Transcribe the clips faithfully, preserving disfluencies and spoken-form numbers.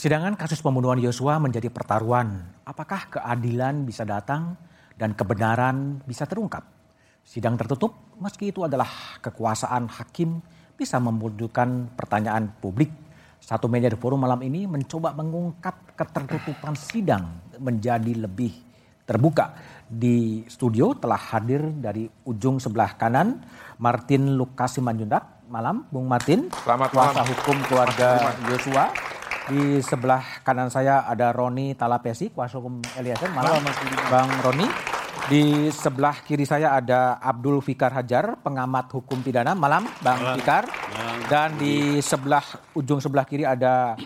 Persidangan kasus pembunuhan Yosua menjadi pertaruhan. Apakah keadilan bisa datang dan kebenaran bisa terungkap? Sidang tertutup, meski itu adalah kekuasaan hakim, bisa memunculkan pertanyaan publik. Satu media di forum malam ini mencoba mengungkap ketertutupan sidang menjadi lebih terbuka. Di studio telah hadir dari ujung sebelah kanan Martin Lukasi Manjuntak. Malam, Bung Martin. Selamat malam. Kuasa hukum keluarga Yosua. Di sebelah kanan saya ada Roni Talapesi, kuasa hukum Eliezer. Malam, Bang Roni. Di sebelah kiri saya ada Abdul Fikar Hajar, pengamat hukum pidana. Malam, Bang Malam. Fikar. Malam. Dan di sebelah ujung sebelah kiri ada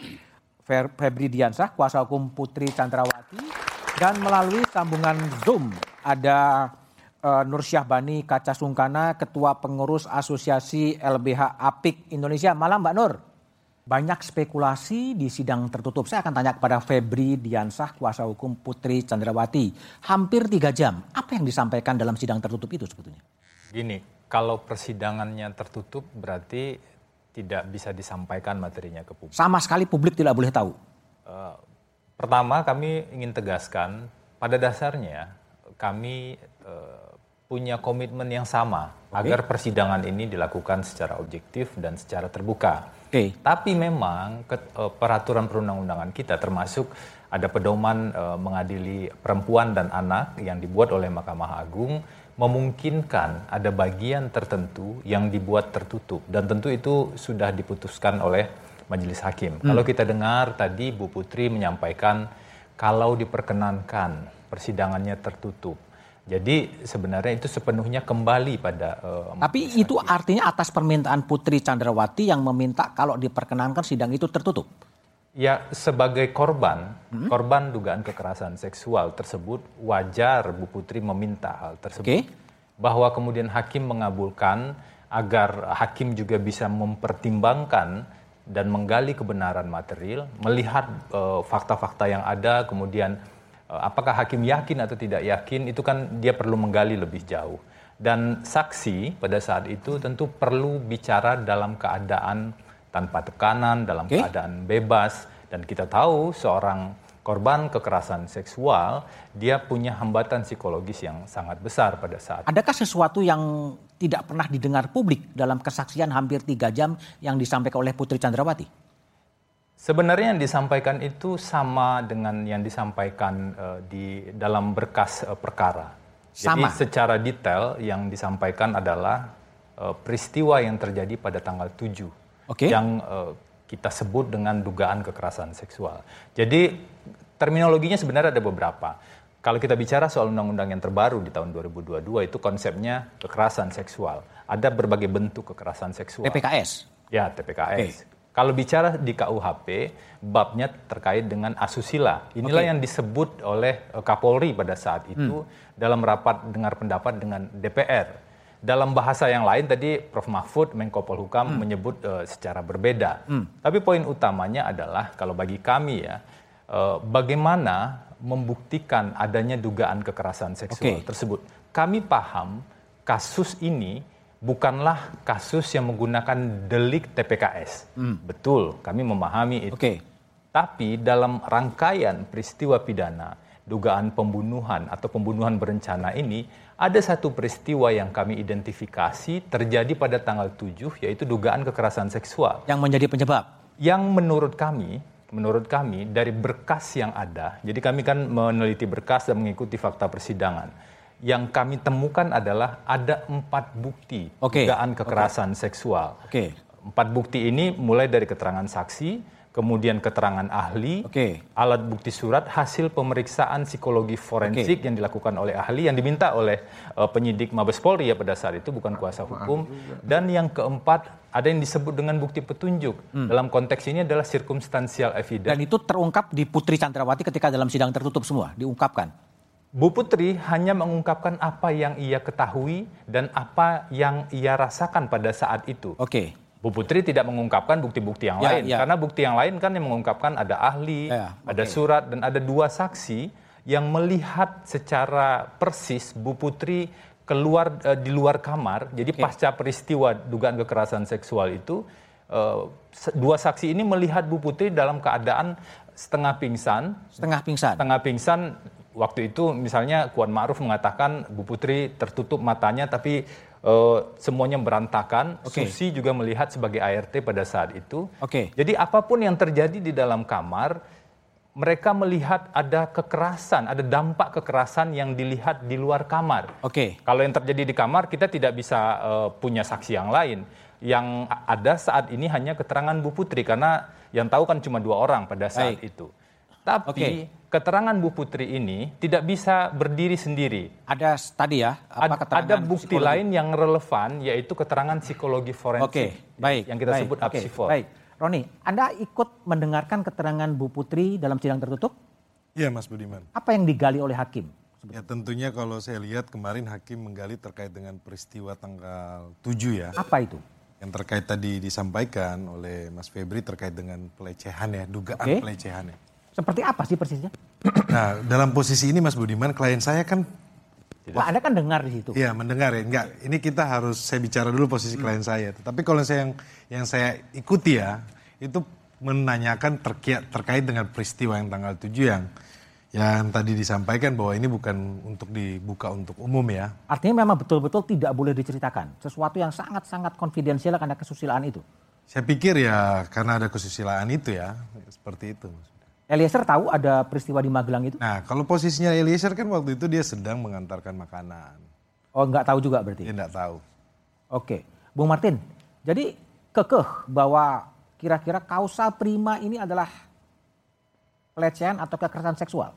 Febri Diansyah, kuasa hukum Putri Chandrawati. Dan melalui sambungan Zoom ada uh, Nur Syahbani Kaca Sungkana, Ketua Pengurus Asosiasi L B H Apik Indonesia. Malam, Mbak Nur. Banyak spekulasi di sidang tertutup. Saya akan tanya kepada Febri Diansyah, kuasa hukum Putri Chandrawati. Hampir tiga jam. Apa yang disampaikan dalam sidang tertutup itu sebetulnya? Gini, kalau persidangannya tertutup berarti tidak bisa disampaikan materinya ke publik. Sama sekali publik tidak boleh tahu? Uh, pertama kami ingin tegaskan, pada dasarnya kami uh, punya komitmen yang sama okay. agar persidangan ini dilakukan secara objektif dan secara terbuka. Okay. Tapi memang ke, uh, peraturan perundang-undangan kita termasuk ada pedoman uh, mengadili perempuan dan anak yang dibuat oleh Mahkamah Agung memungkinkan ada bagian tertentu yang dibuat tertutup dan tentu itu sudah diputuskan oleh Majelis Hakim. Hmm. Kalau kita dengar tadi Bu Putri menyampaikan kalau diperkenankan persidangannya tertutup. Jadi sebenarnya itu sepenuhnya kembali pada... Uh, Tapi itu hakim. Artinya atas permintaan Putri Chandrawati yang meminta kalau diperkenankan sidang itu tertutup? Ya, sebagai korban, hmm? korban dugaan kekerasan seksual tersebut, wajar Bu Putri meminta hal tersebut. Okay. Bahwa kemudian hakim mengabulkan agar hakim juga bisa mempertimbangkan dan menggali kebenaran material, melihat uh, fakta-fakta yang ada, kemudian... apakah hakim yakin atau tidak yakin, itu kan dia perlu menggali lebih jauh. Dan saksi pada saat itu tentu perlu bicara dalam keadaan tanpa tekanan, dalam okay. keadaan bebas. Dan kita tahu seorang korban kekerasan seksual, dia punya hambatan psikologis yang sangat besar pada saat itu. Adakah sesuatu yang tidak pernah didengar publik dalam kesaksian hampir tiga jam yang disampaikan oleh Putri Chandrawati? Sebenarnya yang disampaikan itu sama dengan yang disampaikan uh, di dalam berkas uh, perkara. Sama. Jadi secara detail yang disampaikan adalah uh, peristiwa yang terjadi pada tanggal tujuh. Okay. Yang uh, kita sebut dengan dugaan kekerasan seksual. Jadi terminologinya sebenarnya ada beberapa. Kalau kita bicara soal undang-undang yang terbaru di tahun dua ribu dua puluh dua itu konsepnya kekerasan seksual. Ada berbagai bentuk kekerasan seksual. T P K S? Ya, T P K S. Okay. Kalau bicara di K U H P, babnya terkait dengan asusila. Inilah okay. yang disebut oleh Kapolri pada saat itu hmm. dalam rapat dengar pendapat dengan D P R. Dalam bahasa yang lain tadi Prof Mahfud, Menko Polhukam hmm. menyebut uh, secara berbeda. Hmm. Tapi poin utamanya adalah kalau bagi kami ya, uh, bagaimana membuktikan adanya dugaan kekerasan seksual okay. tersebut. Kami paham kasus ini bukanlah kasus yang menggunakan delik T P K S. Hmm. Betul, kami memahami itu. Okay. Tapi dalam rangkaian peristiwa pidana, dugaan pembunuhan atau pembunuhan berencana ini, ada satu peristiwa yang kami identifikasi terjadi pada tanggal tujuh, yaitu dugaan kekerasan seksual. Yang menjadi penyebab? Yang menurut kami, menurut kami dari berkas yang ada, jadi kami kan meneliti berkas dan mengikuti fakta persidangan. Yang kami temukan adalah ada empat bukti okay. dugaan kekerasan okay. seksual. Okay. Empat bukti ini mulai dari keterangan saksi, kemudian keterangan ahli, okay. alat bukti surat, hasil pemeriksaan psikologi forensik okay. yang dilakukan oleh ahli, yang diminta oleh uh, penyidik Mabes Polri ya pada saat itu, bukan kuasa hukum. Dan yang keempat, ada yang disebut dengan bukti petunjuk. Hmm. Dalam konteks ini adalah circumstantial evidence. Dan itu terungkap di Putri Chandrawati ketika dalam sidang tertutup semua, diungkapkan? Bu Putri hanya mengungkapkan apa yang ia ketahui dan apa yang ia rasakan pada saat itu. Oke. Okay. Bu Putri tidak mengungkapkan bukti-bukti yang ya, lain. Ya. Karena bukti yang lain kan yang mengungkapkan ada ahli, ya, okay. ada surat, dan ada dua saksi yang melihat secara persis Bu Putri keluar uh, di luar kamar. Jadi okay. pasca peristiwa dugaan kekerasan seksual itu, uh, dua saksi ini melihat Bu Putri dalam keadaan setengah pingsan. Setengah pingsan. Setengah pingsan. Waktu itu misalnya Kuat Ma'ruf mengatakan Bu Putri tertutup matanya tapi uh, semuanya berantakan. Okay. Susi juga melihat sebagai A R T pada saat itu. Okay. Jadi apapun yang terjadi di dalam kamar, mereka melihat ada kekerasan, ada dampak kekerasan yang dilihat di luar kamar. Oke. Okay. Kalau yang terjadi di kamar, kita tidak bisa uh, punya saksi yang lain. Yang ada saat ini hanya keterangan Bu Putri, karena yang tahu kan cuma dua orang pada saat Baik. itu. Tapi okay. keterangan Bu Putri ini tidak bisa berdiri sendiri. Ada tadi ya? Apa Ad, ada bukti psikologi lain yang relevan, yaitu keterangan psikologi forensik. Oke, okay. Baik. Yang kita Baik. sebut okay. apsifor. Baik. Roni, Anda ikut mendengarkan keterangan Bu Putri dalam sidang tertutup? Iya, Mas Budiman. Apa yang digali oleh hakim? Ya tentunya kalau saya lihat kemarin hakim menggali terkait dengan peristiwa tanggal tujuh ya. Apa itu? Yang terkait tadi disampaikan oleh Mas Febri terkait dengan pelecehan ya, dugaan okay. pelecehan ya. Seperti apa sih persisnya? Nah, dalam posisi ini Mas Budiman, klien saya kan... Wah, Anda kan dengar di situ. Iya, mendengar ya. Enggak, ini kita harus, saya bicara dulu posisi hmm. klien saya. Tapi kalau saya yang yang saya ikuti ya, itu menanyakan terkait, terkait dengan peristiwa yang tanggal tujuh yang yang tadi disampaikan bahwa ini bukan untuk dibuka untuk umum ya. Artinya memang betul-betul tidak boleh diceritakan. Sesuatu yang sangat-sangat konfidensial karena kesusilaan itu. Saya pikir ya karena ada kesusilaan itu ya, seperti itu. Eliezer tahu ada peristiwa di Magelang itu? Nah, kalau posisinya Eliezer kan waktu itu dia sedang mengantarkan makanan. Oh, nggak tahu juga berarti? Dia nggak tahu. Oke. Bung Martin, jadi kekeh bahwa kira-kira kausa prima ini adalah pelecehan atau kekerasan seksual?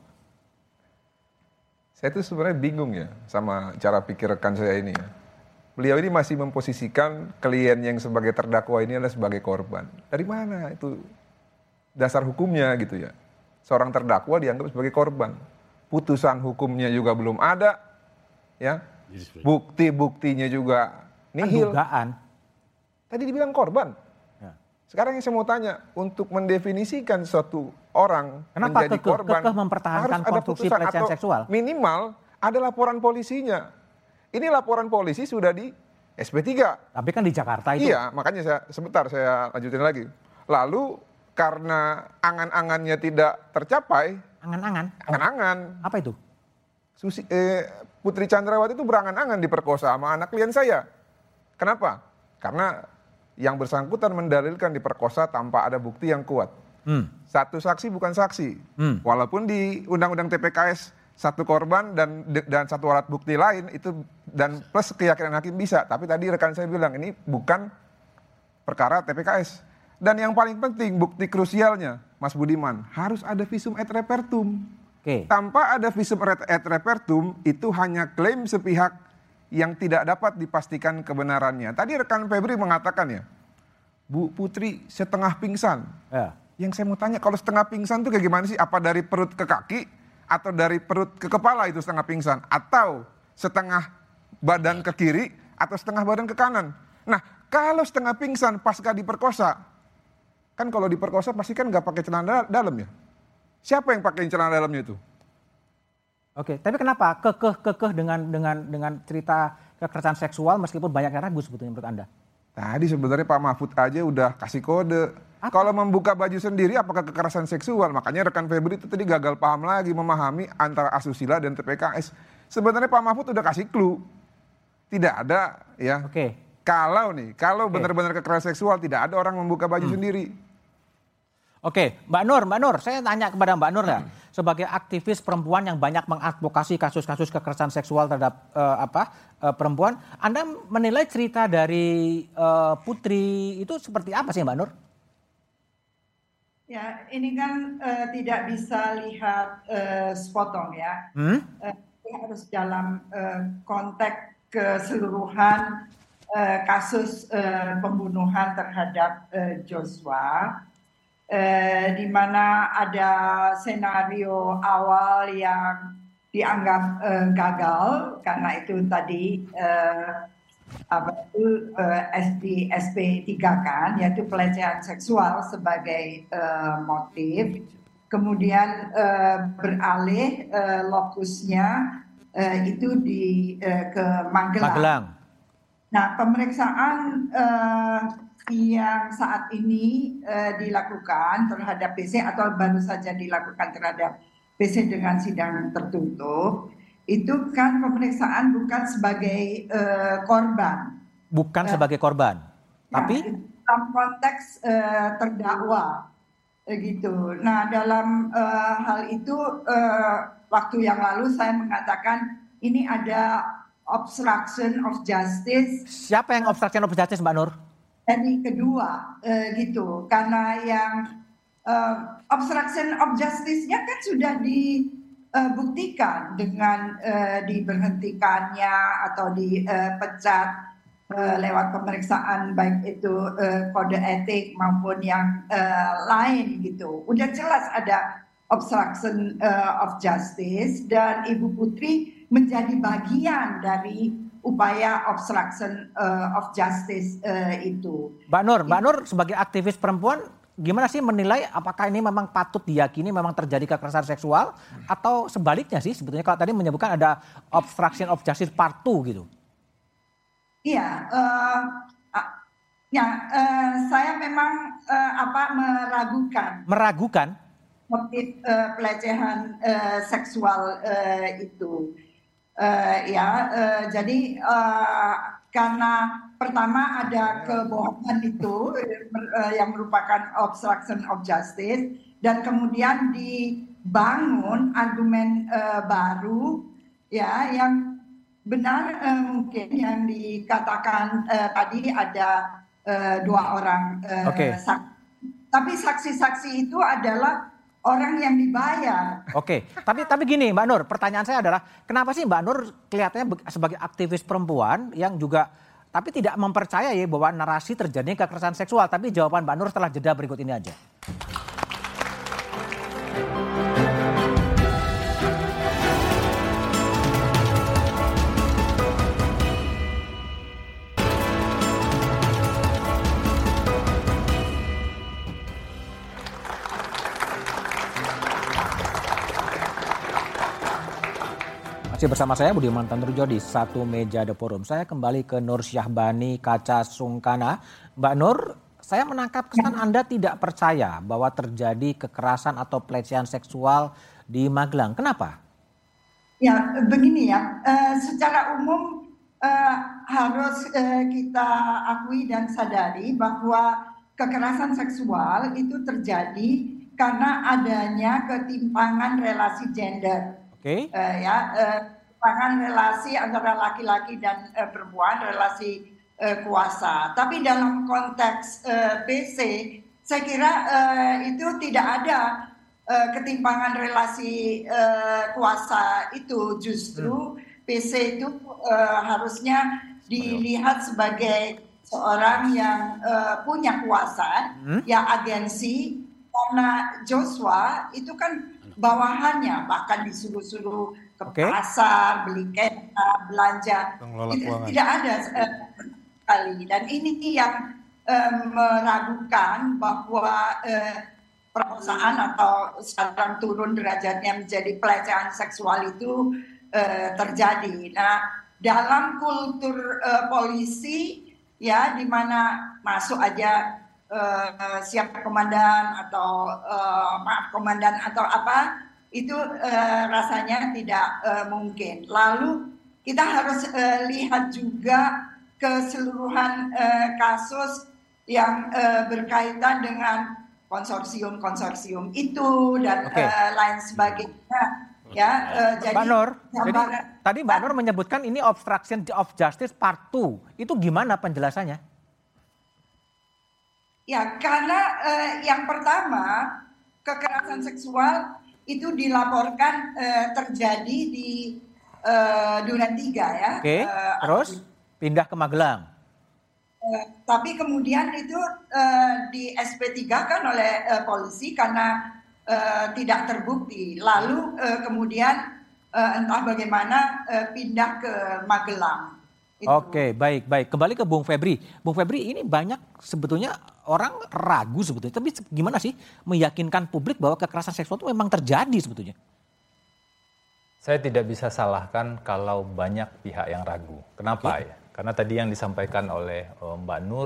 Saya tuh sebenarnya bingung ya sama cara pikir rekan saya ini ya. Beliau ini masih memposisikan klien yang sebagai terdakwa ini adalah sebagai korban. Dari mana itu dasar hukumnya gitu ya? Seorang terdakwa dianggap sebagai korban. Putusan hukumnya juga belum ada, ya. Bukti-buktinya juga nihil. Dugaan. Tadi dibilang korban. Ya. Sekarang yang saya mau tanya, untuk mendefinisikan suatu orang Kenapa menjadi kekeh, korban, kekeh mempertahankan konstruksi pelecehan seksual? Minimal ada laporan polisinya. Ini laporan polisi sudah di S P tiga. Tapi kan di Jakarta itu. Iya, makanya saya sebentar saya lanjutin lagi. Lalu karena angan-angannya tidak tercapai. Angan-angan? Angan-angan. Apa itu? Susi, eh, Putri Chandrawati itu berangan-angan diperkosa sama anak klien saya. Kenapa? Karena yang bersangkutan mendalilkan diperkosa tanpa ada bukti yang kuat. Hmm. Satu saksi bukan saksi. Hmm. Walaupun di Undang-Undang T P K S satu korban dan dan satu alat bukti lain itu dan plus keyakinan hakim bisa. Tapi tadi rekan saya bilang ini bukan perkara T P K S. Dan yang paling penting bukti krusialnya, Mas Budiman, harus ada visum et repertum. Okay. Tanpa ada visum et repertum itu hanya klaim sepihak yang tidak dapat dipastikan kebenarannya. Tadi rekan Febri mengatakan ya, Bu Putri setengah pingsan. Ya. Yang saya mau tanya, kalau setengah pingsan itu kayak gimana sih? Apa dari perut ke kaki? Atau dari perut ke kepala itu setengah pingsan? Atau setengah badan ke kiri? Atau setengah badan ke kanan? Nah, kalau setengah pingsan pasca diperkosa, kan kalau diperkosa pasti kan nggak pakai celana dalam ya? Siapa yang pakai celana dalamnya itu? Oke, tapi kenapa kekeh-kekeh dengan dengan dengan cerita kekerasan seksual meskipun banyak yang ragu sebetulnya menurut Anda? Tadi sebenarnya Pak Mahfud aja udah kasih kode. Apa? Kalau membuka baju sendiri apakah kekerasan seksual? Makanya rekan Febri itu tadi gagal paham lagi memahami antara asusila dan T P K S. Sebenarnya Pak Mahfud udah kasih clue. Tidak ada ya. Oke. Kalau nih, kalau okay. benar-benar kekerasan seksual tidak ada orang membuka baju hmm. sendiri. Oke, Mbak Nur, Mbak Nur, saya tanya kepada Mbak Nur ya, sebagai aktivis perempuan yang banyak mengadvokasi kasus-kasus kekerasan seksual terhadap uh, apa uh, perempuan, Anda menilai cerita dari uh, Putri itu seperti apa sih Mbak Nur? Ya, ini kan uh, tidak bisa lihat uh, sepotong ya. Hmm? Uh, ini harus dalam uh, konteks keseluruhan uh, kasus uh, pembunuhan terhadap uh, Joshua. Eh, di mana ada senario awal yang dianggap eh, gagal karena itu tadi eh, apa itu eh, S P tiga kan, yaitu pelecehan seksual sebagai eh, motif. Kemudian eh, beralih eh, lokusnya eh, itu di eh, ke Magelang. Magelang. Nah, pemeriksaan uh, yang saat ini uh, dilakukan terhadap P C atau baru saja dilakukan terhadap P C dengan sidang tertutup, itu kan pemeriksaan bukan sebagai uh, korban. Bukan uh, sebagai korban, ya, tapi dalam konteks uh, terdakwa, uh, gitu. Nah, dalam uh, hal itu uh, waktu yang lalu saya mengatakan ini ada obstruction of justice. Siapa yang obstruction of justice, Mbak Nur? Jadi kedua eh, gitu, karena yang eh, obstruction of justice-nya kan sudah dibuktikan dengan eh, diberhentikannya atau dipecat eh, lewat pemeriksaan baik itu eh, kode etik maupun yang eh, lain gitu. Udah jelas ada obstruction uh, of justice dan Ibu Putri menjadi bagian dari upaya obstruction uh, of justice uh, itu. Mbak Nur, Mbak Nur sebagai aktivis perempuan gimana sih menilai apakah ini memang patut diyakini memang terjadi kekerasan seksual atau sebaliknya sih sebetulnya kalau tadi menyebutkan ada obstruction of justice part two gitu. Iya, uh, uh, ya uh, saya memang uh, apa meragukan. Meragukan? Motif uh, pelecehan uh, seksual uh, itu, uh, ya. Uh, jadi uh, karena pertama ada kebohongan itu uh, yang merupakan obstruction of justice dan kemudian dibangun argumen uh, baru, ya, yang benar uh, mungkin yang dikatakan uh, tadi ada uh, dua orang uh, okay. saksi, tapi saksi-saksi itu adalah orang yang dibayar. Oke, tapi tapi gini Mbak Nur, pertanyaan saya adalah kenapa sih Mbak Nur kelihatannya sebagai aktivis perempuan yang juga tapi tidak mempercayai bahwa narasi terjadinya kekerasan seksual, tapi jawaban Mbak Nur setelah jeda berikut ini aja. Bersama saya Budiman Tanurjo di Satu Meja The Forum. Saya kembali ke Nur Syahbani Kaca Sungkana. Mbak Nur, saya menangkap kesan Anda tidak percaya bahwa terjadi kekerasan atau pelecehan seksual di Magelang. Kenapa? Ya begini ya, uh, secara umum uh, harus uh, kita akui dan sadari bahwa kekerasan seksual itu terjadi karena adanya ketimpangan relasi gender. Oke. Okay. Uh, ya, uh, ketimpangan relasi antara laki-laki dan uh, perempuan, relasi uh, kuasa. Tapi dalam konteks uh, P C, saya kira uh, itu tidak ada uh, ketimpangan relasi uh, kuasa itu. Justru hmm. P C itu uh, harusnya dilihat sebagai seorang yang uh, punya kuasa, hmm. ya agensi. Karena Joshua itu kan bawahannya, bahkan disuruh-suruh ke okay. pasar, beli kereta, belanja, itu tidak ada sekali. Dan ini yang eh, meragukan bahwa eh, perkosaan atau sekarang turun derajatnya menjadi pelecehan seksual itu eh, terjadi. Nah, dalam kultur eh, polisi, ya, di mana masuk aja Uh, siapa komandan atau uh, maaf komandan atau apa itu uh, rasanya tidak uh, mungkin. Lalu kita harus uh, lihat juga keseluruhan uh, kasus yang uh, berkaitan dengan konsorsium-konsorsium itu dan okay. uh, lain sebagainya. Ya, uh, jadi Mbak Nur, jadi tadi Mbak Nur menyebutkan ini obstruction of justice part two. Itu gimana penjelasannya? Ya, karena eh, yang pertama kekerasan seksual itu dilaporkan eh, terjadi di eh, Duren tiga ya. Oke, eh, terus pindah ke Magelang. Eh, tapi kemudian itu eh, di S P tiga kan oleh eh, polisi karena eh, tidak terbukti. Lalu eh, kemudian eh, entah bagaimana eh, pindah ke Magelang. Itu. Oke, baik, baik. Kembali ke Bung Febri. Bung Febri, ini banyak sebetulnya orang ragu sebetulnya. Tapi gimana sih meyakinkan publik bahwa kekerasan seksual itu memang terjadi sebetulnya? Saya tidak bisa salahkan kalau banyak pihak yang ragu. Kenapa Oke. ya? Karena tadi yang disampaikan oleh uh, Mbak Nur,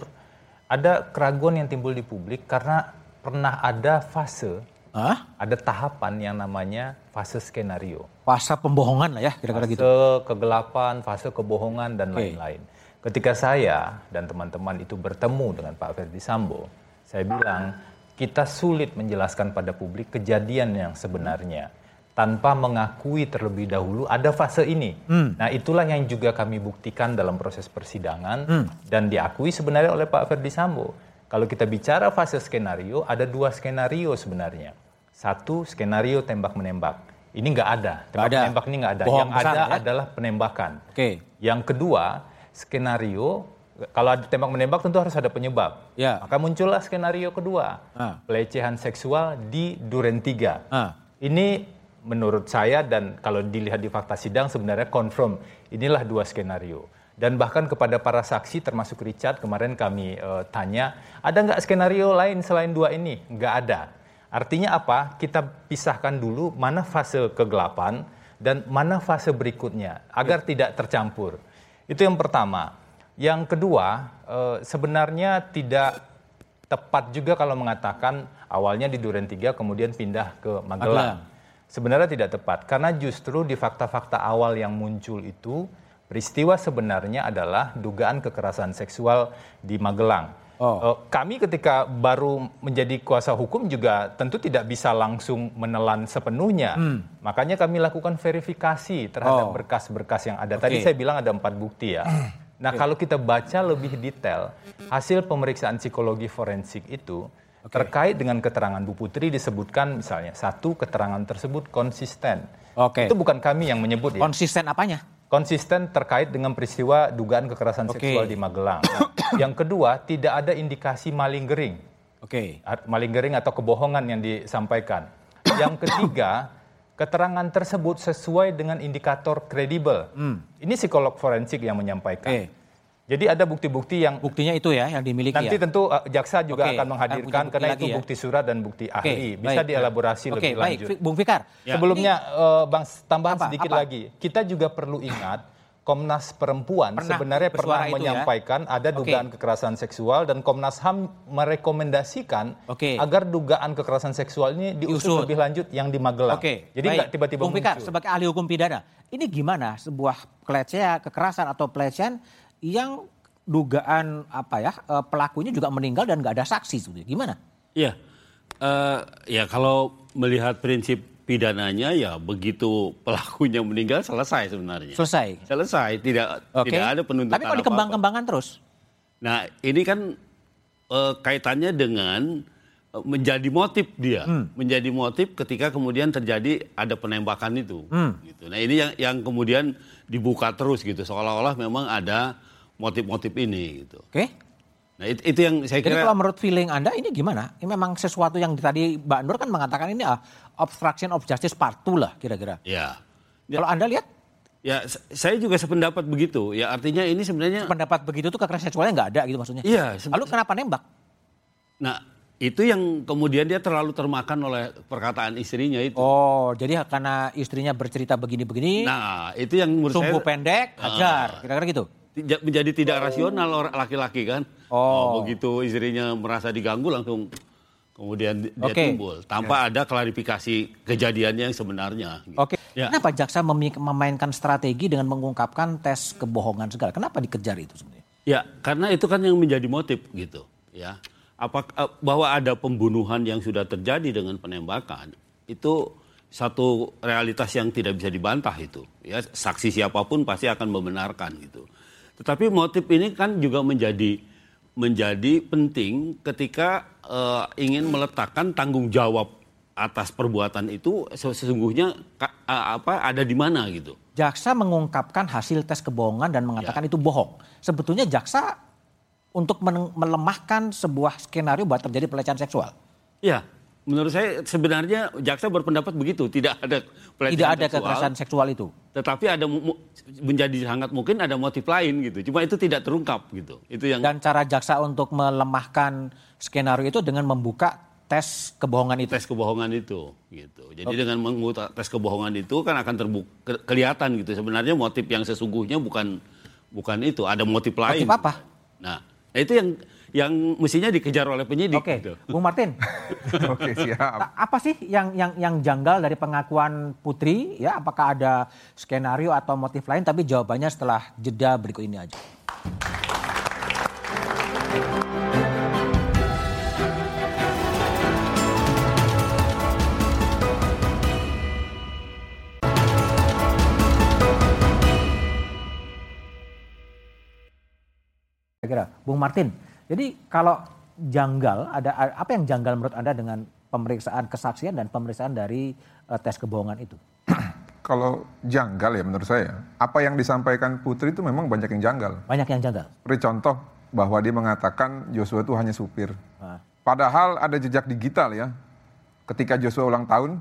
ada keraguan yang timbul di publik karena pernah ada fase, Hah? ada tahapan yang namanya fase skenario. Fase pembohongan lah ya, kira-kira gitu. Fase kegelapan, fase kebohongan, dan Oke. lain-lain. Ketika saya dan teman-teman itu bertemu dengan Pak Ferdy Sambo, saya bilang, kita sulit menjelaskan pada publik kejadian yang sebenarnya tanpa mengakui terlebih dahulu ada fase ini. Hmm. Nah, itulah yang juga kami buktikan dalam proses persidangan hmm. dan diakui sebenarnya oleh Pak Ferdy Sambo. Kalau kita bicara fase skenario, ada dua skenario sebenarnya. Satu, skenario tembak-menembak. Ini nggak ada. Tembak-menembak ini nggak ada. Bohong yang besar, ada ya? adalah penembakan. Oke. Yang kedua, skenario, kalau ada tembak-menembak tentu harus ada penyebab. Ya. Maka muncullah skenario kedua. Ah. Pelecehan seksual di Duren tiga. Ah. Ini menurut saya dan kalau dilihat di fakta sidang sebenarnya confirm. Inilah dua skenario. Dan bahkan kepada para saksi termasuk Richard kemarin kami uh, tanya, ada nggak skenario lain selain dua ini? Nggak ada. Artinya apa? Kita pisahkan dulu mana fase kegelapan dan mana fase berikutnya agar tidak tercampur. Itu yang pertama. Yang kedua, uh, sebenarnya tidak tepat juga kalau mengatakan awalnya di Duren tiga kemudian pindah ke Magelang. Magelang. Sebenarnya tidak tepat, karena justru di fakta-fakta awal yang muncul itu, peristiwa sebenarnya adalah dugaan kekerasan seksual di Magelang. Oh. Uh, kami ketika baru menjadi kuasa hukum juga tentu tidak bisa langsung menelan sepenuhnya. Hmm. Makanya kami lakukan verifikasi terhadap Oh. berkas-berkas yang ada. Okay. Tadi saya bilang ada empat bukti ya. Nah, okay. Kalau kita baca lebih detail, hasil pemeriksaan psikologi forensik itu, okay. terkait dengan keterangan Bu Putri disebutkan misalnya, satu, keterangan tersebut konsisten. Okay. Itu bukan kami yang menyebut ya. Konsisten apanya? Konsisten terkait dengan peristiwa dugaan kekerasan Okay. seksual di Magelang. Yang kedua, tidak ada indikasi maling gering. Oke. Okay. Maling gering atau kebohongan yang disampaikan. Yang ketiga, keterangan tersebut sesuai dengan indikator kredibel. Hmm. Ini psikolog forensik yang menyampaikan. Okay. Jadi ada bukti-bukti yang... Buktinya itu ya, yang dimiliki nanti ya? tentu uh, jaksa juga okay. akan menghadirkan, bukti karena itu ya? bukti surat dan bukti okay. ahli. Bisa baik. dielaborasi okay. lebih baik. lanjut. Bung Fikar. Ya. Sebelumnya, uh, Bang, tambahan apa? sedikit apa? lagi. Kita juga perlu ingat, Komnas Perempuan pernah sebenarnya pernah menyampaikan ya? ada dugaan okay. kekerasan seksual, dan Komnas H A M merekomendasikan okay. agar dugaan kekerasan seksual ini diusut Diusut. lebih lanjut yang di Magelang. Okay. Jadi nggak tiba-tiba Bung Fikar, muncul. sebagai ahli hukum pidana, ini gimana sebuah pelecehan, kekerasan atau pelecehan yang dugaan apa ya pelakunya juga meninggal dan nggak ada saksi, sebetulnya gimana? Iya, uh, ya kalau melihat prinsip pidananya ya begitu pelakunya meninggal selesai sebenarnya. Selesai. Selesai, tidak okay. tidak ada penuntutan. Tapi kalau dikembang-kembangkan terus? Nah ini kan uh, kaitannya dengan uh, menjadi motif dia, hmm. menjadi motif ketika kemudian terjadi ada penembakan itu. Hmm. Gitu. Nah ini yang yang kemudian dibuka terus gitu, seolah-olah memang ada motif-motif ini gitu. Oke. Okay. Nah itu, itu yang saya kira. Jadi kalau menurut feeling Anda ini gimana? Ini memang sesuatu yang tadi Mbak Nur kan mengatakan ini ah, obstruction of justice part two lah kira-kira. Ya. Kalau ya. Anda lihat? Ya saya juga sependapat begitu. Ya artinya ini sebenarnya. Pendapat begitu tuh kekerasan seksualnya nggak ada gitu maksudnya? Iya. Lalu kenapa nembak? Nah itu yang kemudian dia terlalu termakan oleh perkataan istrinya itu. Oh jadi karena istrinya bercerita begini-begini. Nah itu yang menurut sumbu saya. pendek, hajar, uh, kira-kira gitu. Menjadi tidak rasional orang laki-laki kan. Oh. oh begitu istrinya merasa diganggu langsung kemudian dia okay. timbul tanpa ya. ada klarifikasi kejadiannya yang sebenarnya. Gitu. Oke. Okay. Ya. Kenapa jaksa memainkan strategi dengan mengungkapkan tes kebohongan segala? Kenapa dikejar itu sebenarnya? Ya karena itu kan yang menjadi motif gitu. Ya apa bahwa ada pembunuhan yang sudah terjadi dengan penembakan itu satu realitas yang tidak bisa dibantah itu. Ya saksi siapapun pasti akan membenarkan gitu. Tetapi motif ini kan juga menjadi menjadi penting ketika uh, ingin meletakkan tanggung jawab atas perbuatan itu sesungguhnya uh, apa ada di mana gitu. Jaksa mengungkapkan hasil tes kebohongan dan mengatakan ya. itu bohong. Sebetulnya jaksa untuk melemahkan sebuah skenario buat terjadi pelecehan seksual. Ya, menurut saya sebenarnya jaksa berpendapat begitu, tidak ada pelecehan tidak ada seksual, kekerasan seksual itu. Tetapi ada menjadi sangat mungkin ada motif lain gitu. Cuma itu tidak terungkap gitu. Itu yang. Dan cara jaksa untuk melemahkan skenario itu dengan membuka tes kebohongan itu. Tes kebohongan itu gitu. Jadi okay. dengan membuka tes kebohongan itu kan akan terbuka kelihatan gitu. Sebenarnya motif yang sesungguhnya bukan bukan itu, ada motif lain. Motif apa? Nah, itu yang yang mestinya dikejar oleh penyidik. Oke, gitu. Bung Martin. Oke, siap. Apa sih yang yang yang janggal dari pengakuan Putri? Ya, apakah ada skenario atau motif lain? Tapi jawabannya setelah jeda berikut ini aja. Kira Bung Martin, jadi kalau janggal, ada apa yang janggal menurut Anda dengan pemeriksaan kesaksian dan pemeriksaan dari uh, tes kebohongan itu? Kalau janggal ya menurut saya, apa yang disampaikan Putri itu memang banyak yang janggal. Banyak yang janggal? Beri contoh bahwa dia mengatakan Joshua itu hanya supir. Nah. Padahal ada jejak digital ya. Ketika Joshua ulang tahun,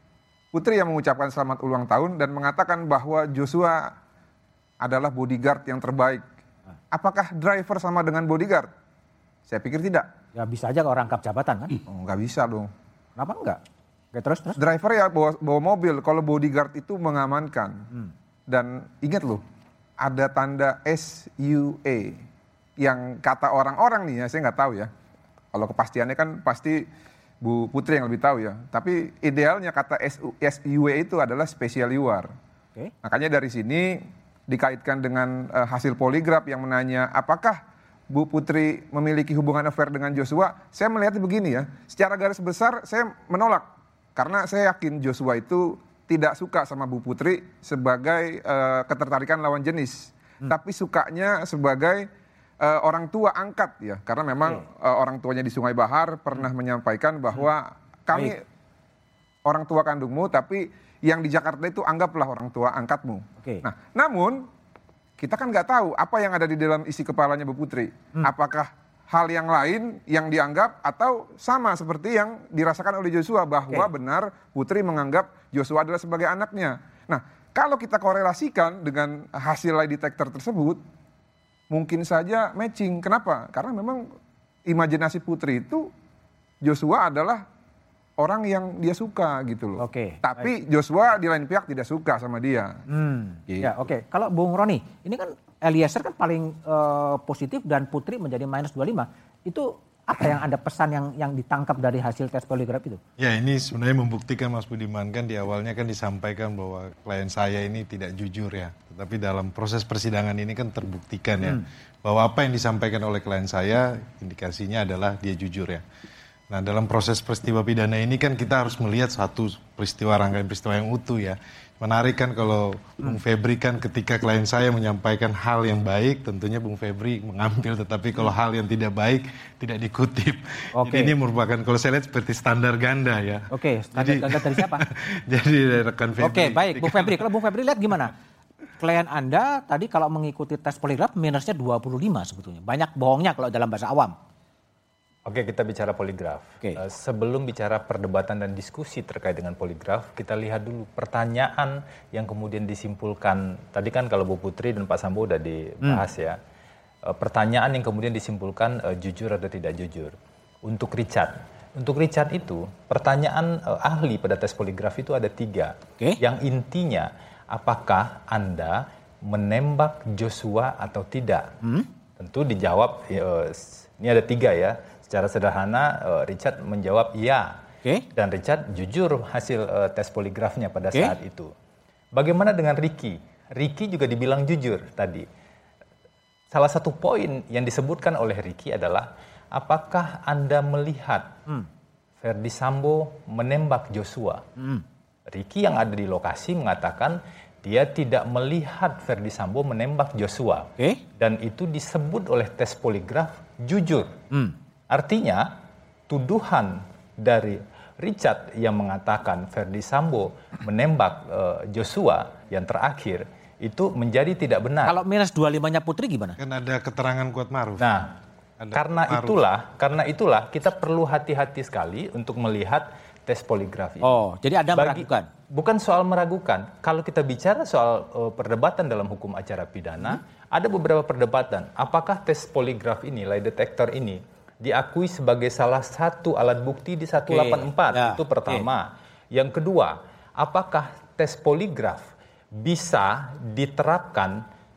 Putri yang mengucapkan selamat ulang tahun dan mengatakan bahwa Joshua adalah bodyguard yang terbaik. Apakah driver sama dengan bodyguard? Saya pikir tidak. Ya bisa aja kalau rangkap jabatan kan? Oh, nggak bisa dong. Kenapa enggak? Oke, terus, terus? Driver ya bawa, bawa mobil, kalau bodyguard itu mengamankan. Hmm. Dan ingat loh, ada tanda S U A. Yang kata orang-orang nih ya, saya nggak tahu ya. Kalau kepastiannya kan pasti Bu Putri yang lebih tahu ya. Tapi idealnya kata S U A itu adalah special you are. Okay. Makanya dari sini dikaitkan dengan uh, hasil poligraf yang menanya apakah Bu Putri memiliki hubungan affair dengan Joshua, saya melihatnya begini ya, secara garis besar saya menolak. Karena saya yakin Joshua itu tidak suka sama Bu Putri sebagai uh, ketertarikan lawan jenis. Hmm. Tapi sukanya sebagai uh, orang tua angkat ya. Karena memang okay. uh, orang tuanya di Sungai Bahar pernah hmm. menyampaikan bahwa hmm. kami Baik. orang tua kandungmu tapi yang di Jakarta itu anggaplah orang tua angkatmu. Okay. Nah, namun kita kan nggak tahu apa yang ada di dalam isi kepalanya Bu Putri. Hmm. Apakah hal yang lain yang dianggap atau sama seperti yang dirasakan oleh Joshua bahwa okay. benar Putri menganggap Joshua adalah sebagai anaknya. Nah, kalau kita korelasikan dengan hasil lie detector tersebut, mungkin saja matching. Kenapa? Karena memang imajinasi Putri itu Joshua adalah orang yang dia suka gitu loh. Oke. Okay, Tapi baik. Joshua di lain pihak tidak suka sama dia. Hmm. Gitu. Ya oke. Okay. Kalau Bung Roni, ini kan Eliezer kan paling uh, positif dan Putri menjadi minus dua puluh lima. Itu apa yang Anda pesan yang yang ditangkap dari hasil tes poligraf itu? Ya ini sebenarnya membuktikan Mas Budiman kan di awalnya kan disampaikan bahwa klien saya ini tidak jujur ya. Tetapi dalam proses persidangan ini kan terbuktikan ya. Hmm. Bahwa apa yang disampaikan oleh klien saya indikasinya adalah dia jujur ya. Nah dalam proses peristiwa pidana ini kan kita harus melihat satu peristiwa rangkaian peristiwa yang utuh ya. Menarik kan kalau Bung Febri kan ketika klien saya menyampaikan hal yang baik tentunya Bung Febri mengambil, tetapi kalau hal yang tidak baik tidak dikutip. Okay. Jadi ini merupakan kalau saya lihat seperti standar ganda ya. Oke, okay, standar jadi, ganda dari siapa? Jadi dari rekan Febri. Oke okay, baik Bung Febri, kalau Bung Febri lihat gimana? Klien Anda tadi kalau mengikuti tes poligraf minusnya dua puluh lima sebetulnya. Banyak bohongnya kalau dalam bahasa awam. Oke, kita bicara poligraf. Oke. Uh, sebelum bicara perdebatan dan diskusi terkait dengan poligraf, kita lihat dulu pertanyaan yang kemudian disimpulkan. Tadi kan kalau Bu Putri dan Pak Sambo udah dibahas hmm. ya. Uh, pertanyaan yang kemudian disimpulkan uh, jujur atau tidak jujur. Untuk Richard. Untuk Richard itu, pertanyaan uh, ahli pada tes poligraf itu ada tiga. Okay. Yang intinya, apakah Anda menembak Joshua atau tidak? Hmm? Tentu dijawab, uh, ini ada tiga ya. Secara sederhana uh, Richard menjawab iya. Okay. Dan Richard jujur hasil uh, tes poligrafnya pada okay. saat itu. Bagaimana dengan Ricky? Ricky juga dibilang jujur tadi. Salah satu poin yang disebutkan oleh Ricky adalah apakah Anda melihat hmm. Ferdy Sambo menembak Joshua? Hmm. Ricky yang ada di lokasi mengatakan dia tidak melihat Ferdy Sambo menembak Joshua. Okay. Dan itu disebut oleh tes poligraf jujur. Hmm. Artinya tuduhan dari Richard yang mengatakan Ferdy Sambo menembak uh, Joshua yang terakhir itu menjadi tidak benar. Kalau minus dua puluh lima-nya Putri gimana? Kan ada keterangan Kuat Maruf. Nah, ada karena Maruf. itulah, karena itulah kita perlu hati-hati sekali untuk melihat tes poligraf ini. Oh, jadi Anda Bagi, meragukan? Bukan soal meragukan. Kalau kita bicara soal uh, perdebatan dalam hukum acara pidana, hmm. ada beberapa perdebatan. Apakah tes poligraf ini, lie detector ini diakui sebagai salah satu alat bukti di seratus delapan puluh empat, okay. ya, itu pertama. Okay. Yang kedua, apakah tes poligraf bisa diterapkan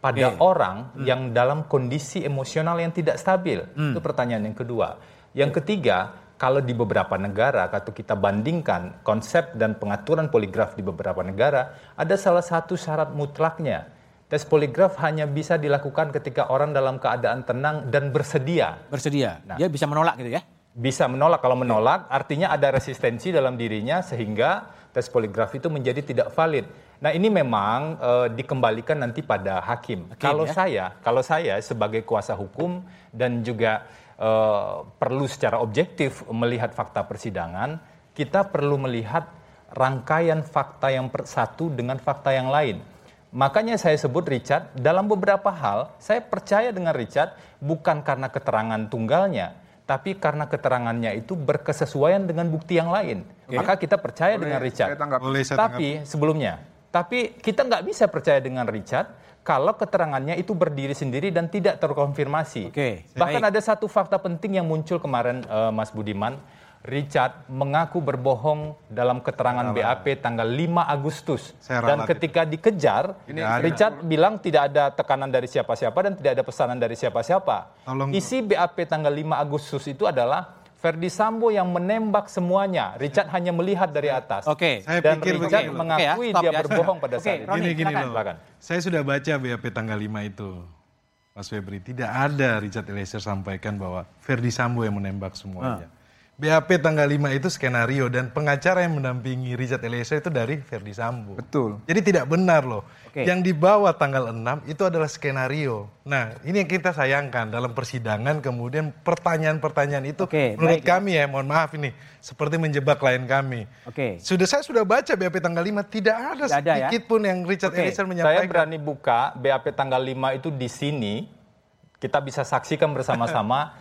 pada okay. orang hmm. yang dalam kondisi emosional yang tidak stabil. Hmm. Itu pertanyaan yang kedua. Yang ketiga, kalau di beberapa negara, kalau kita bandingkan konsep dan pengaturan poligraf di beberapa negara, ada salah satu syarat mutlaknya. Tes poligraf hanya bisa dilakukan ketika orang dalam keadaan tenang dan bersedia. Bersedia. Nah, dia bisa menolak gitu ya? Bisa menolak. Kalau menolak, artinya ada resistensi dalam dirinya sehingga tes poligraf itu menjadi tidak valid. Nah, ini memang e, dikembalikan nanti pada hakim. hakim kalau ya? saya, kalau saya sebagai kuasa hukum dan juga e, perlu secara objektif melihat fakta persidangan, kita perlu melihat rangkaian fakta yang satu dengan fakta yang lain. Makanya saya sebut Richard, dalam beberapa hal saya percaya dengan Richard bukan karena keterangan tunggalnya, tapi karena keterangannya itu berkesesuaian dengan bukti yang lain. Okay. Maka kita percaya boleh, dengan Richard. Boleh, tapi sebelumnya, tapi kita nggak bisa percaya dengan Richard kalau keterangannya itu berdiri sendiri dan tidak terkonfirmasi. Okay. Bahkan Baik. ada satu fakta penting yang muncul kemarin, uh, Mas Budiman. Richard mengaku berbohong dalam keterangan B A P tanggal lima Agustus. Dan ketika itu. dikejar, ini Richard ada. bilang tidak ada tekanan dari siapa-siapa dan tidak ada pesanan dari siapa-siapa. Tolong. Isi B A P tanggal lima Agustus itu adalah Ferdy Sambo yang menembak semuanya. Richard hanya melihat dari atas. Oke. Okay. Dan Richard begini. mengakui okay, ya. dia ya. berbohong pada okay, saat itu. Gini, gini loh. Saya sudah baca B A P tanggal lima itu. Mas Febri, tidak ada Richard Eliezer sampaikan bahwa Ferdy Sambo yang menembak semuanya. Hmm. B A P tanggal lima itu skenario dan pengacara yang mendampingi Richard Eliezer itu dari Ferdy Sambo. Betul. Jadi tidak benar loh. Oke. Yang dibawa tanggal enam itu adalah skenario. Nah, ini yang kita sayangkan dalam persidangan kemudian pertanyaan-pertanyaan itu Oke, menurut baik, kami ya. ya, mohon maaf ini seperti menjebak klien kami. Oke. Sudah saya sudah baca B A P tanggal lima tidak ada tidak sedikit ada, ya? pun yang Richard Oke. Eliezer menyampaikan. Saya berani buka B A P tanggal lima itu di sini kita bisa saksikan bersama-sama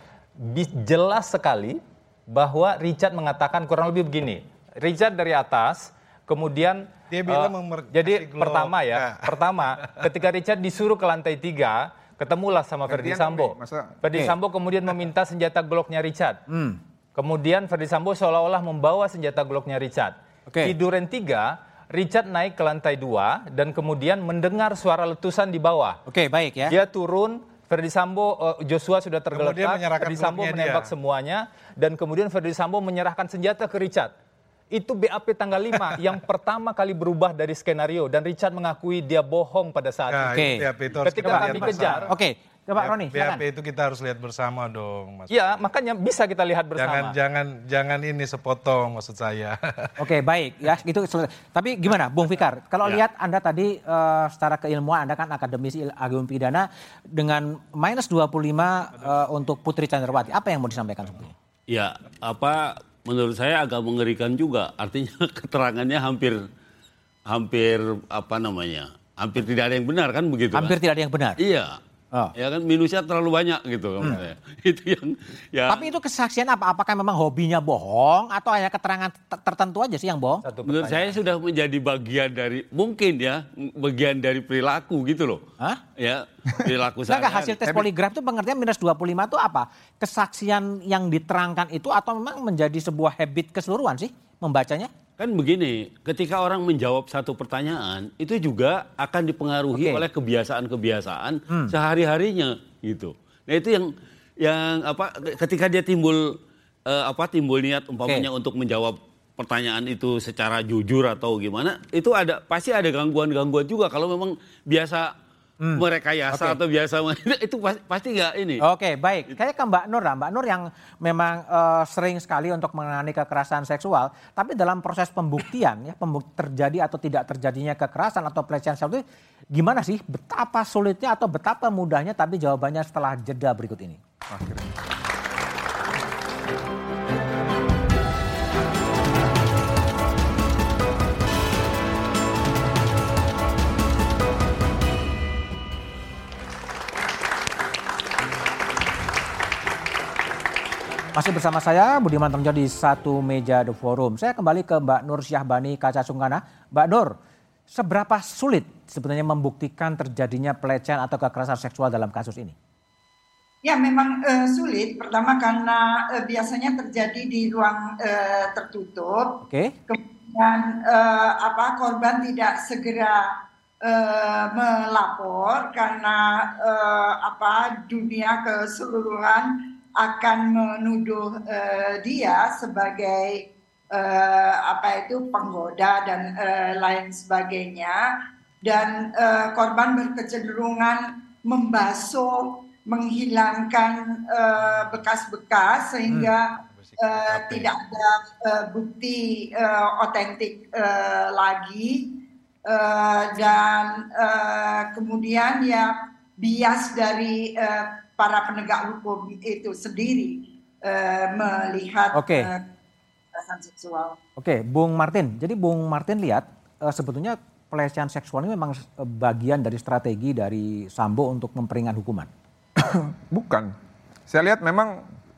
jelas sekali bahwa Richard mengatakan kurang lebih begini. Richard dari atas, kemudian dia bilang uh, jadi pertama ya, nah. pertama ketika Richard disuruh ke lantai tiga, ketemulah sama Ferdy Sambo. Ferdy okay. Sambo kemudian meminta senjata Glocknya Richard. Hmm. Kemudian Ferdy Sambo seolah-olah membawa senjata Glocknya Richard. Okay. Di duren tiga, Richard naik ke lantai dua dan kemudian mendengar suara letusan di bawah. Oke, okay, baik ya. Dia turun. Ferdy Sambo, uh, Joshua sudah tergeletak, Ferdy Sambo menembak dia. semuanya, dan kemudian Ferdy Sambo menyerahkan senjata ke Richard. Itu B A P tanggal lima yang pertama kali berubah dari skenario, dan Richard mengakui dia bohong pada saat nah, itu. Okay. itu Ketika kami kejar. Oke, okay. Coba Roni, B A P itu kita harus lihat bersama dong, Mas. Iya, makanya bisa kita lihat bersama. Jangan jangan jangan ini sepotong maksud saya. Oke, baik ya, itu. Tapi gimana, Bung Fikar? Kalau ya. lihat Anda tadi uh, secara keilmuan Anda kan akademisi hukum pidana dengan minus dua puluh lima uh, untuk Putri Candrawati. Apa yang mau disampaikan sebetulnya? Ya, apa menurut saya agak mengerikan juga. Artinya keterangannya hampir hampir apa namanya? Hampir tidak ada yang benar kan begitu? Hampir kan? tidak ada yang benar. Iya. Oh. Ya kan minusnya terlalu banyak gitu kan hmm. saya. Itu yang ya. Tapi itu kesaksian apa? Apakah memang hobinya bohong atau hanya keterangan tertentu aja sih yang bohong? Menurut saya sudah menjadi bagian dari mungkin ya bagian dari perilaku gitu loh. Hah? Ya, perilaku saya. Enggak, hasil tes poligraf itu pengertian minus dua puluh lima itu apa? Kesaksian yang diterangkan itu atau memang menjadi sebuah habit keseluruhan sih membacanya? Kan begini, ketika orang menjawab satu pertanyaan, itu juga akan dipengaruhi okay. oleh kebiasaan-kebiasaan hmm. sehari-harinya gitu. Nah itu yang yang apa ketika dia timbul uh, apa timbul niat umpamanya okay. untuk menjawab pertanyaan itu secara jujur atau gimana, itu ada pasti ada gangguan-gangguan juga kalau memang biasa Hmm. merekayasa okay. atau biasa itu pasti nggak ini. Oke, okay, baik. Kayak ke Mbak Nur lah. Mbak Nur yang memang uh, sering sekali untuk menangani kekerasan seksual, tapi dalam proses pembuktian ya, pembukti terjadi atau tidak terjadinya kekerasan atau pelecehan seksual itu gimana sih? Betapa sulitnya atau betapa mudahnya? Tapi jawabannya setelah jeda berikut ini. Akhirnya. Masih bersama saya, Budiman Tengjo di Satu Meja The Forum. Saya kembali ke Mbak Nur Syahbani Kaca Sungkana. Mbak Nur, seberapa sulit sebenarnya membuktikan terjadinya pelecehan atau kekerasan seksual dalam kasus ini? Ya memang uh, sulit. Pertama karena uh, biasanya terjadi di ruang uh, tertutup. Oke. Okay. Kemudian uh, apa korban tidak segera uh, melapor karena uh, apa dunia keseluruhan akan menuduh uh, dia sebagai uh, apa itu penggoda dan uh, lain sebagainya, dan uh, korban berkecenderungan membasuh, menghilangkan uh, bekas-bekas sehingga hmm. uh, tidak ada uh, bukti otentik uh, uh, lagi, uh, dan uh, kemudian ya bias dari uh, para penegak hukum itu sendiri uh, melihat okay. uh, kekerasan seksual. Oke, okay, Bung Martin. Jadi Bung Martin lihat uh, sebetulnya pelecehan seksual ini memang bagian dari strategi dari Sambo untuk memperingan hukuman. Bukan. Saya lihat memang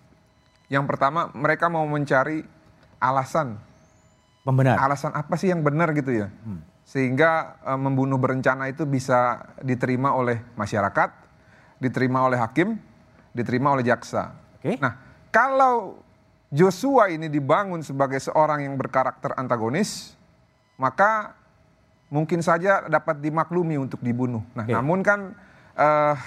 yang pertama mereka mau mencari alasan. Pembenar. Alasan apa sih yang benar gitu ya. Hmm. Sehingga uh, membunuh berencana itu bisa diterima oleh masyarakat, diterima oleh hakim, diterima oleh jaksa. Okay. Nah, kalau Joshua ini dibangun sebagai seorang yang berkarakter antagonis, maka mungkin saja dapat dimaklumi untuk dibunuh. Nah, okay. namun kan uh,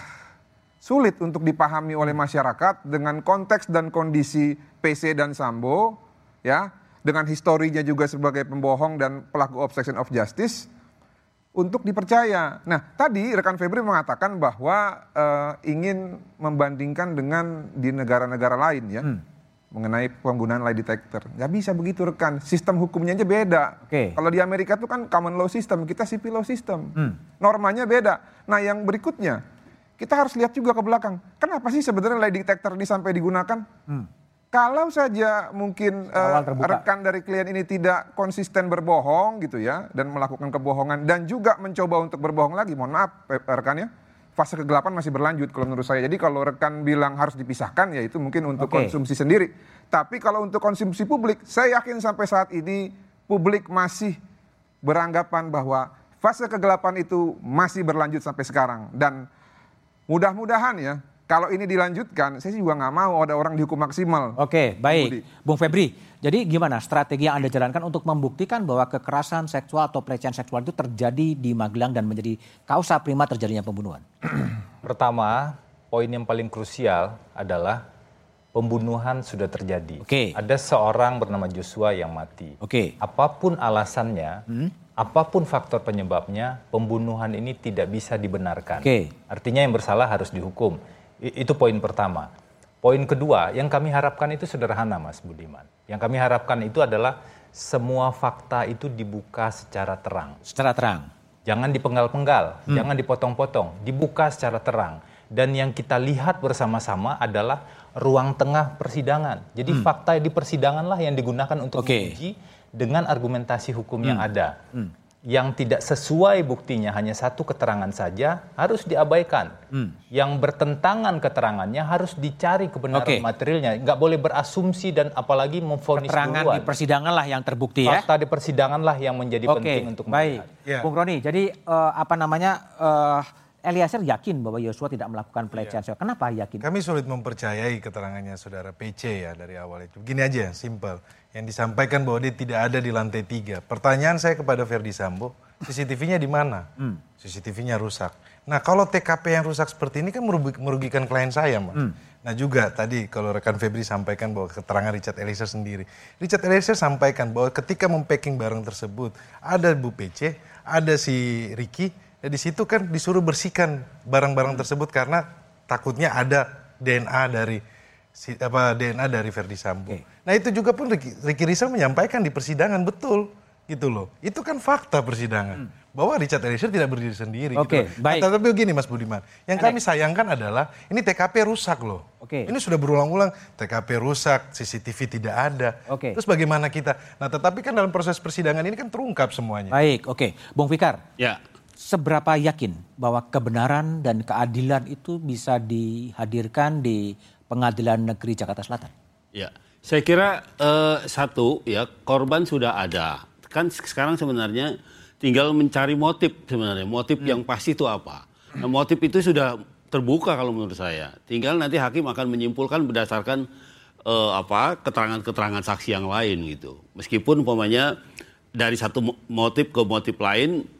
sulit untuk dipahami oleh masyarakat dengan konteks dan kondisi P C dan Sambo, ya, dengan historinya juga sebagai pembohong dan pelaku obstruction of justice, untuk dipercaya. Nah, tadi rekan Febri mengatakan bahwa uh, ingin membandingkan dengan di negara-negara lain ya, hmm. mengenai penggunaan lie detector. Gak bisa begitu rekan, sistem hukumnya aja beda. Okay. Kalau di Amerika itu kan common law system, kita civil law system. Hmm. Normanya beda. Nah, yang berikutnya, kita harus lihat juga ke belakang. Kenapa sih sebenarnya lie detector ini sampai digunakan? Hmm. Kalau saja mungkin uh, rekan dari klien ini tidak konsisten berbohong gitu ya, dan melakukan kebohongan dan juga mencoba untuk berbohong lagi, mohon maaf rekannya, fase kegelapan masih berlanjut kalau menurut saya. Jadi kalau rekan bilang harus dipisahkan, ya itu mungkin untuk okay. konsumsi sendiri. Tapi kalau untuk konsumsi publik, saya yakin sampai saat ini publik masih beranggapan bahwa fase kegelapan itu masih berlanjut sampai sekarang. Dan mudah-mudahan ya, kalau ini dilanjutkan, saya juga nggak mau ada orang dihukum maksimal. Oke, baik. Bung Febri, jadi gimana strategi yang Anda jalankan untuk membuktikan bahwa kekerasan seksual atau pelecehan seksual itu terjadi di Magelang dan menjadi kausa prima terjadinya pembunuhan? Pertama, poin yang paling krusial adalah pembunuhan sudah terjadi. Oke. Ada seorang bernama Joshua yang mati. Oke. Apapun alasannya, hmm? apapun faktor penyebabnya, pembunuhan ini tidak bisa dibenarkan. Oke. Artinya yang bersalah harus dihukum. Itu poin pertama. Poin kedua, yang kami harapkan itu sederhana, Mas Budiman. Yang kami harapkan itu adalah semua fakta itu dibuka secara terang. Secara terang. Jangan dipenggal-penggal, hmm. jangan dipotong-potong, dibuka secara terang. Dan yang kita lihat bersama-sama adalah ruang tengah persidangan. Jadi hmm. fakta di persidangan lah yang digunakan untuk okay. menguji dengan argumentasi hukum hmm. yang ada. Hmm. Yang tidak sesuai buktinya hanya satu keterangan saja harus diabaikan. Hmm. Yang bertentangan keterangannya harus dicari kebenaran okay. materialnya. Nggak boleh berasumsi dan apalagi memvonis keterangan duluan. Di persidangan lah yang terbukti ya. Fakta di persidangan lah yang menjadi okay. penting untuk melihat. Baik, yeah. Bung Roni. Jadi uh, apa namanya uh, Eliezer yakin bahwa Joshua tidak melakukan pelecehan seksual. Yeah. Kenapa yakin? Kami sulit mempercayai keterangannya saudara P C ya dari awal itu. Begini aja, simple. Yang disampaikan bahwa dia tidak ada di lantai tiga. Pertanyaan saya kepada Verdi Sambo, C C T V-nya di mana? Hmm. C C T V-nya rusak. Nah kalau T K P yang rusak seperti ini kan merugikan klien saya, Mas. Hmm. Nah juga tadi kalau rekan Febri sampaikan bahwa keterangan Richard Eliezer sendiri. Richard Eliezer sampaikan bahwa ketika mempacking barang tersebut, ada Bu P C, ada si Ricky, dan di situ kan disuruh bersihkan barang-barang hmm. tersebut karena takutnya ada D N A dari si, apa D N A dari Verdi Sambo. Okay. Nah itu juga pun Ricky, Ricky Rizal menyampaikan di persidangan, betul gitu loh. Itu kan fakta persidangan hmm. bahwa Richard Eliezer tidak berdiri sendiri. Oke, okay, gitu. baik. Nah, tapi begini Mas Budiman, yang Anek. kami sayangkan adalah ini T K P rusak loh. Oke. Okay. Ini sudah berulang-ulang T K P rusak, C C T V tidak ada. Oke. Okay. Terus bagaimana kita? Nah tetapi kan dalam proses persidangan ini kan terungkap semuanya. Baik, oke, okay. Bung Fikar. Ya. Seberapa yakin bahwa kebenaran dan keadilan itu bisa dihadirkan di Pengadilan Negeri Jakarta Selatan? Ya, saya kira eh, satu ya korban sudah ada. Kan sekarang sebenarnya tinggal mencari motif sebenarnya. Motif hmm. yang pasti itu apa? Nah, motif itu sudah terbuka kalau menurut saya. Tinggal nanti hakim akan menyimpulkan berdasarkan eh, apa keterangan-keterangan saksi yang lain gitu. Meskipun umpamanya dari satu motif ke motif lain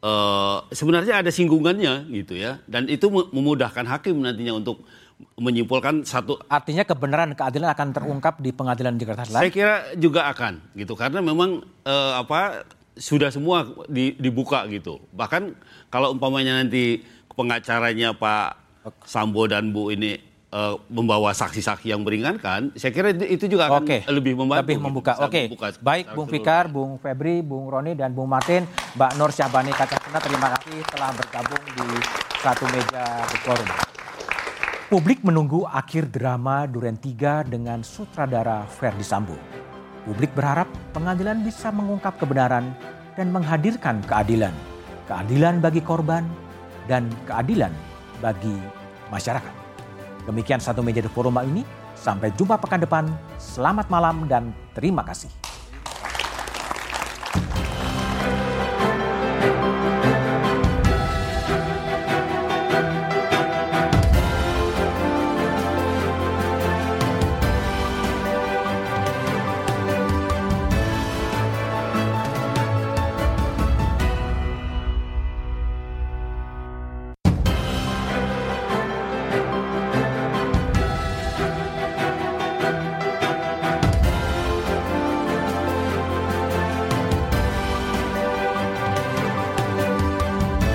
uh, sebenarnya ada singgungannya gitu ya, dan itu memudahkan hakim nantinya untuk menyimpulkan satu. Artinya kebenaran keadilan akan terungkap di pengadilan di Jakarta Selatan? Saya kira juga akan gitu, karena memang uh, apa sudah semua di, dibuka gitu. Bahkan kalau umpamanya nanti pengacaranya Pak Sambo dan Bu ini uh, membawa saksi-saksi yang meringankan, saya kira itu juga akan Oke. lebih membantu. Lebih membuka. Gitu. Oke. Membuka Baik Bung Fikar, Bung Febri, Bung Roni dan Bung Martin, Mbak Nur Syahbani Kacasena, terima kasih telah bergabung di satu meja The Forum. Publik menunggu akhir drama Duren tiga dengan sutradara Ferdy Sambo. Publik berharap pengadilan bisa mengungkap kebenaran dan menghadirkan keadilan. Keadilan bagi korban dan keadilan bagi masyarakat. Demikian satu meja The Forum ini. Sampai jumpa pekan depan. Selamat malam dan terima kasih.